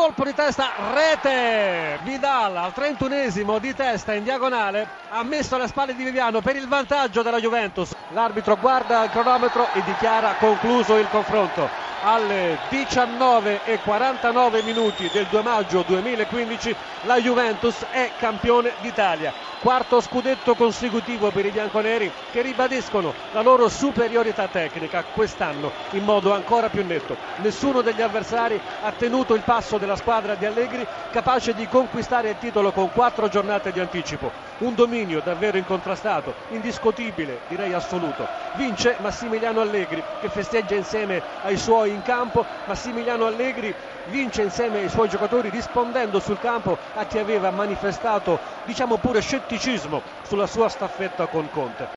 colpo di testa, rete. Vidal al 31esimo di testa in diagonale ha messo alle spalle di Viviano per il vantaggio della Juventus. L'arbitro guarda il cronometro e dichiara concluso il confronto. Alle 19:49 minuti del 2 maggio 2015 la Juventus è campione d'Italia. Quarto scudetto consecutivo per i bianconeri, che ribadiscono la loro superiorità tecnica quest'anno in modo ancora più netto. Nessuno degli avversari ha tenuto il passo della squadra di Allegri, capace di conquistare il titolo con 4 giornate di anticipo. Un dominio davvero incontrastato, indiscutibile, direi assoluto. Vince Massimiliano Allegri, che festeggia insieme ai suoi in campo. Massimiliano Allegri vince insieme ai suoi giocatori, rispondendo sul campo a chi aveva manifestato, diciamo pure, scetticismo sulla sua staffetta con Conte.